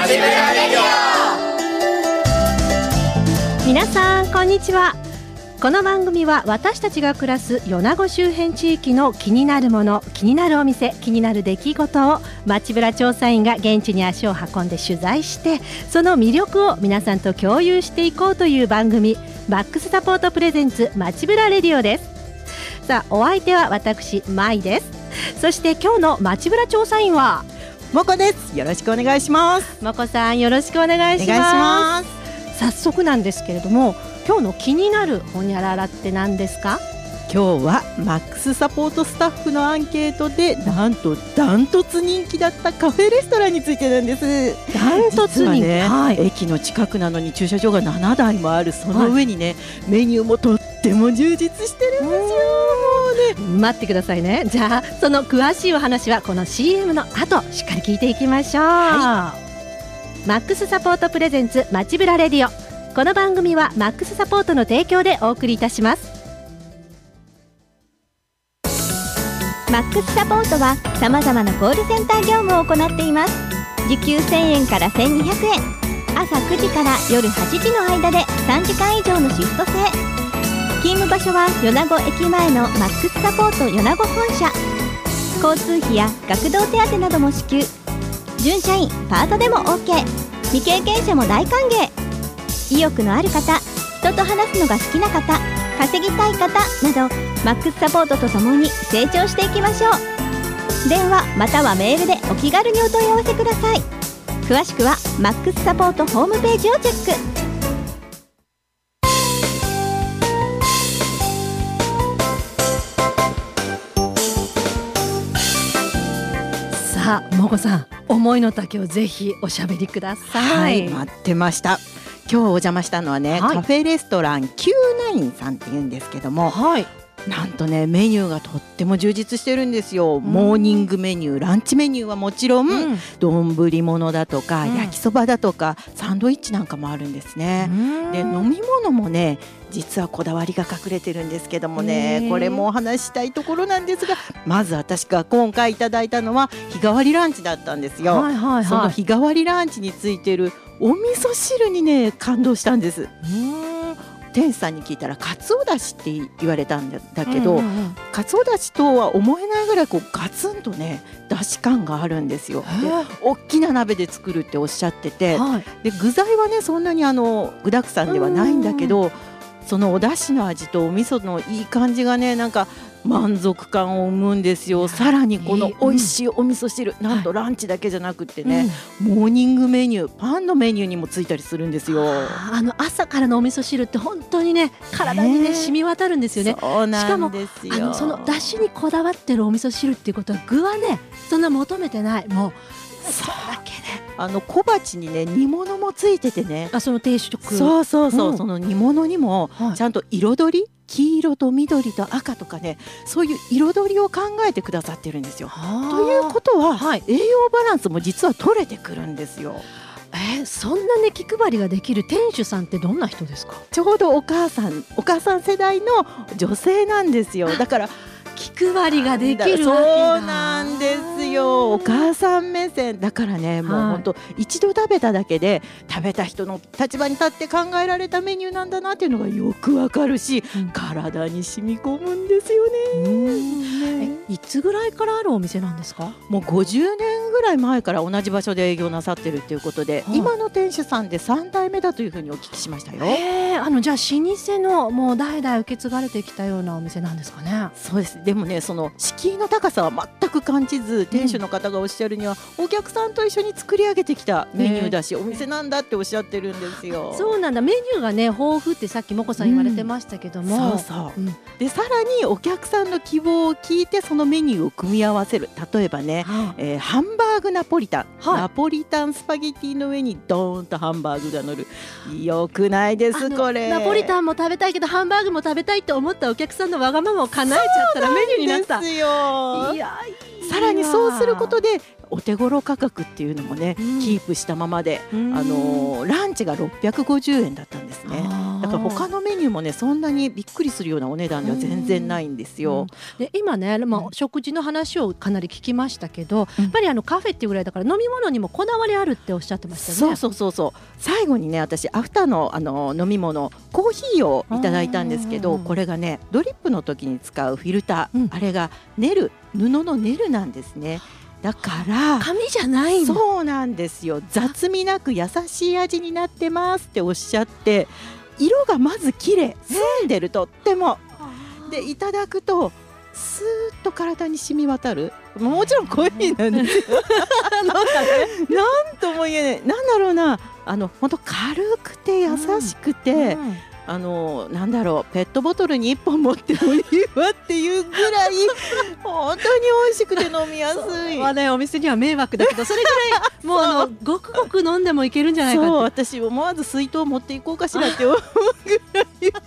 ちぶらレディオ。皆さんこんにちは。この番組は私たちが暮らす米子周辺地域の気になるもの、気になるお店、気になる出来事を街ぶら調査員が現地に足を運んで取材して、その魅力を皆さんと共有していこうという番組、マックスサポートプレゼンツ街ぶらレディオです。さあ、お相手は私まいです。そして今日の街ぶら調査員はもこです。よろしくお願いします。 もこさん、よろしくお願いします。早速なんですけれども、今日の気になるほにゃららって何ですか？ 今日はマックスサポートスタッフのアンケートでなんとダントツ人気だったカフェレストランについてなんです。 ダントツ人気、 ね、はい、駅の近くなのに駐車場が7台もある。その上にね、メニューもとっても充実してるんですよ。もうね、 待ってくださいね。じゃあその詳しいお話はこの CM の後しっかり聞いていきましょう。マックスサポートプレゼンツ街ぶらレディオ。この番組はマックスサポートの提供でお送りいたします。 マックスサポートはさまざまなコールセンター業務を行っています。時給1000円から1200円、朝9時から夜8時の間で3時間以上のシフト制。勤務場所は米子駅前のマックスサポート米子本社。交通費や学童手当なども支給。準社員パートでも OK。 未経験者も大歓迎。意欲のある方、人と話すのが好きな方、稼ぎたい方など、マックスサポートとともに成長していきましょう。電話またはメールでお気軽にお問い合わせください。詳しくはマックスサポートホームページをチェック。 さあ、もこさん、思いの丈をぜひおしゃべりください。 はい、待ってました。今日お邪魔したのはね、カフェレストランQ9さんっていうんですけども、なんとね、メニューがとっても充実してるんですよ。モーニングメニュー、ランチメニューはもちろん、丼物だとか、焼きそばだとかサンドイッチなんかもあるんですね。で、飲み物もね、実はこだわりが隠れてるんですけどもね、これもお話ししたいところなんですが、まず私が今回いただいたのは日替わりランチだったんですよ。その日替わりランチについてるお味噌汁にね、感動したんです。店主さんに聞いたらかつおだしって言われたんだけど、かつおだしとは思えないぐらいこうガツンとね、だし感があるんですよ。で、大きな鍋で作るっておっしゃってて、で具材はね、そんなに具だくさんではないんだけど、そのお出汁の味とお味噌のいい感じがね、なんか満足感を生むんですよ。さらにこの美味しいお味噌汁、なんとランチだけじゃなくってね、モーニングメニュー、パンのメニューにもついたりするんですよ。 朝からのお味噌汁って本当にね、体にね、染み渡るんですよね。 そうなんですよ。 しかもその出汁にこだわってるお味噌汁っていうことは、具はねそんな求めてない、もうそれだけで小鉢にね、煮物もついててね、 その定食、 そう、その煮物にもちゃんと彩り、黄色と緑と赤とかね、そういう彩りを考えてくださってるんですよ。ということは、栄養バランスも実は取れてくるんですよ。 そんなね、気配りができる店主さんってどんな人ですか？ ちょうどお母さん世代の女性なんですよ。だから気配りができるわけだ。 そうなんですよ。お母さん目線だからね、もう本当一度食べただけで、食べた人の立場に立って考えられたメニューなんだなっていうのがよくわかるし、体に染み込むんですよね。 いつぐらいからあるお店なんですか？ もう50年ぐらい前から同じ場所で営業なさってるっていうことで、今の店主さんで3代目だというふうにお聞きしましたよ。 じゃあ老舗のもう代々受け継がれてきたようなお店なんですかね？ そうです。でもね、その敷居の高さは全く感じず、店主の方がおっしゃるには、お客さんと一緒に作り上げてきたメニューだし、お店なんだっておっしゃってるんですよ。 そうなんだ。メニューがね、豊富ってさっきもこさん言われてましたけども、 でさらにお客さんの希望を聞いて、そのメニューを組み合わせる。例えばね、ハンバーグナポリタン、ナポリタンスパゲティの上にドーンとハンバーグが乗る。よくないですこれ。 ナポリタンも食べたいけどハンバーグも食べたいと思ったお客さんのわがままを叶えちゃったらメニューになった。 さらにそうすることでお手頃価格っていうのもね、キープしたままで、ランチが650円だったんですね。 だから他のメニューもねそんなにびっくりするようなお値段では全然ないんですよ。 で今ね、食事の話をかなり聞きましたけど、やっぱりカフェっていうぐらいだから飲み物にもこだわりあるっておっしゃってましたね。 そう最後にね私アフターの飲み物コーヒーをいただいたんですけど、これがねドリップの時に使うフィルター、あれが布のネルなんですね。だから紙じゃないの。 そうなんですよ。雑味なく優しい味になってますっておっしゃって、色がまず綺麗、澄んでるとってもでいただくとスーッと体に染み渡る。もちろんコーヒーなんですよなんとも言えない。なんだろうな、本当軽くて優しくて、なんだろう、ペットボトルに1本持ってもいいわっていうぐらい本当に美味しくて飲みやすい。 お店には迷惑だけどそれぐらいもうごくごく飲んでもいけるんじゃないかって。 そう、私思わず水筒持っていこうかしらって思うぐらい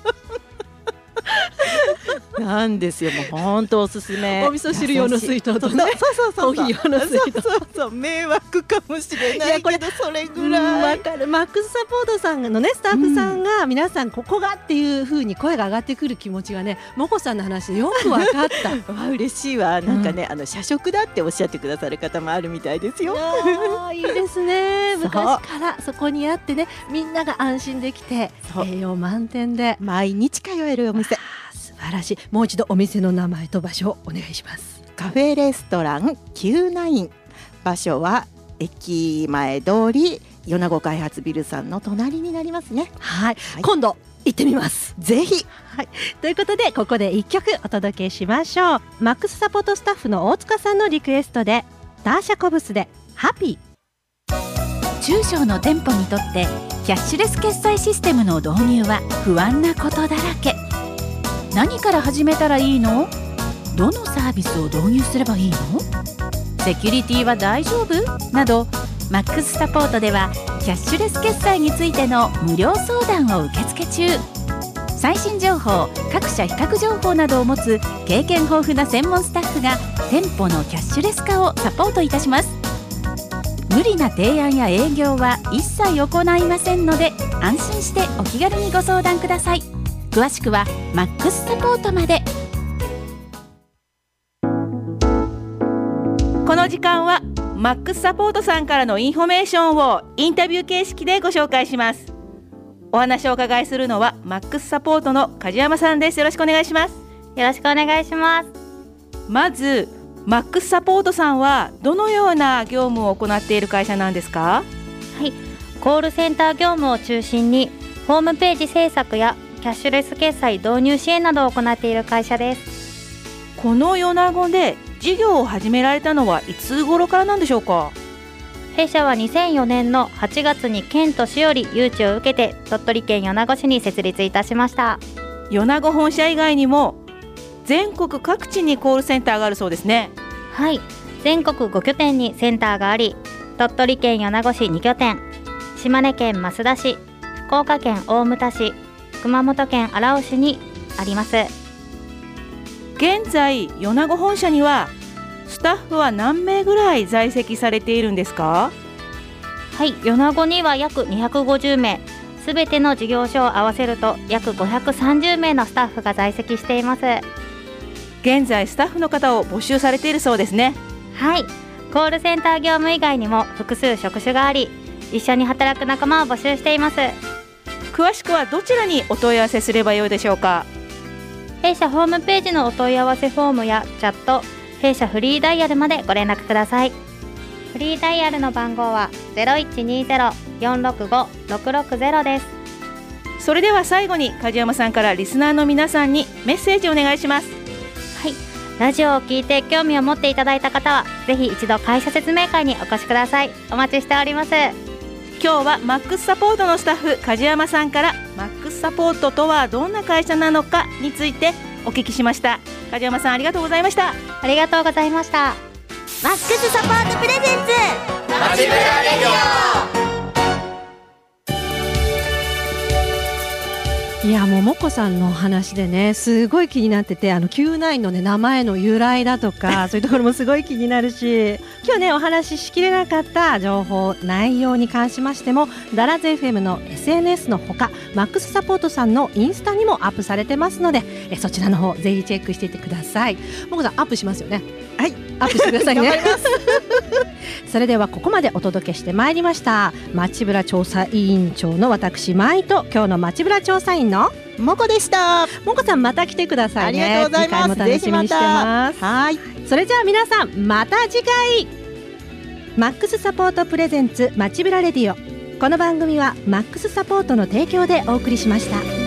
なんですよ。もう本当おすすめ。 お味噌汁用の水筒とね、コーヒー用の水筒、 そう迷惑かもしれないけどそれぐらいわかる。マックスサポートさんのねスタッフさんが皆さんここがっていう風に声が上がってくる気持ちがね、もこさんの話でよく分かったわ嬉しいわ。なんかね、社食だっておっしゃってくださる方もあるみたいですよ。 いいですね。昔からそこにあってね、みんなが安心できて栄養満点で毎日通えるお店。 素晴らしい。もう一度お店の名前と場所をお願いします。 カフェレストランQ9。場所は駅前通り米子開発ビルさんの隣になりますね。 はい、今度行ってみます。 ぜひ。 はい、ということでここで1曲お届けしましょう。マックスサポートスタッフの大塚さんのリクエストでターシャコブスでハピー。 中小の店舗にとってキャッシュレス決済システムの導入は不安なことだらけ。何から始めたらいいの？どのサービスを導入すればいいの？セキュリティは大丈夫？などマックスサポートではキャッシュレス決済についての無料相談を受付中。最新情報、各社比較情報などを持つ経験豊富な専門スタッフが店舗のキャッシュレス化をサポートいたします。無理な提案や営業は一切行いませんので、安心してお気軽にご相談ください。詳しくはマックスサポートまで。 この時間はマックスサポートさんからのインフォメーションをインタビュー形式でご紹介します。お話をお伺いするのはマックスサポートの梶山さんです。よろしくお願いします。 よろしくお願いします。 まずマックスサポートさんはどのような業務を行っている会社なんですか？ はい、コールセンター業務を中心にホームページ制作やキャッシュレス決済導入支援などを行っている会社です。 この米子で事業を始められたのはいつ頃からなんでしょうか？ 弊社は2004年の8月に県と市より誘致を受けて鳥取県米子市に設立いたしました。 米子本社以外にも全国各地にコールセンターがあるそうですね。 はい、全国5拠点にセンターがあり、鳥取県米子市2拠点、島根県益田市、福岡県大牟田市、熊本県荒尾市にあります。 現在米子本社にはスタッフは何名ぐらい在籍されているんですか？ はい、米子には約250名、すべての事業所を合わせると約530名のスタッフが在籍しています。 現在スタッフの方を募集されているそうですね。 はい、コールセンター業務以外にも複数職種があり、一緒に働く仲間を募集しています。 詳しくはどちらにお問い合わせすればよいでしょうか？ 弊社ホームページのお問い合わせフォームやチャット、弊社フリーダイヤルまでご連絡ください。フリーダイヤルの番号は 0120-465-660 です。 それでは最後に梶山さんからリスナーの皆さんにメッセージをお願いします。 はい、ラジオを聞いて興味を持っていただいた方はぜひ一度会社説明会にお越しください。お待ちしております。 今日はマックスサポートのスタッフ梶山さんからマックスサポートとはどんな会社なのかについてお聞きしました。梶山さんありがとうございました。 ありがとうございました。 マックスサポートプレゼンツ街ブラレディオ。 いやももこさんのお話でねすごい気になっててQ9のね名前の由来だとかそういうところもすごい気になるし今日ねお話ししきれなかった情報内容に関しましてもダラズ FM の SNS のほかマックスサポートさんのインスタにもアップされてますのでそちらの方ぜひチェックしていってください。もこさんアップしますよね。はいアップしてくださいね頑張りますそれではここまでお届けしてまいりました街ブラ調査委員長の私舞と今日の街ブラ調査員のもこでした。 もこさんまた来てくださいね。 ありがとうございます。 次回も楽しみにしてます。 はい。 それじゃあ皆さんまた次回マックスサポートプレゼンツ街ブラレディオ。この番組はマックスサポートの提供でお送りしました。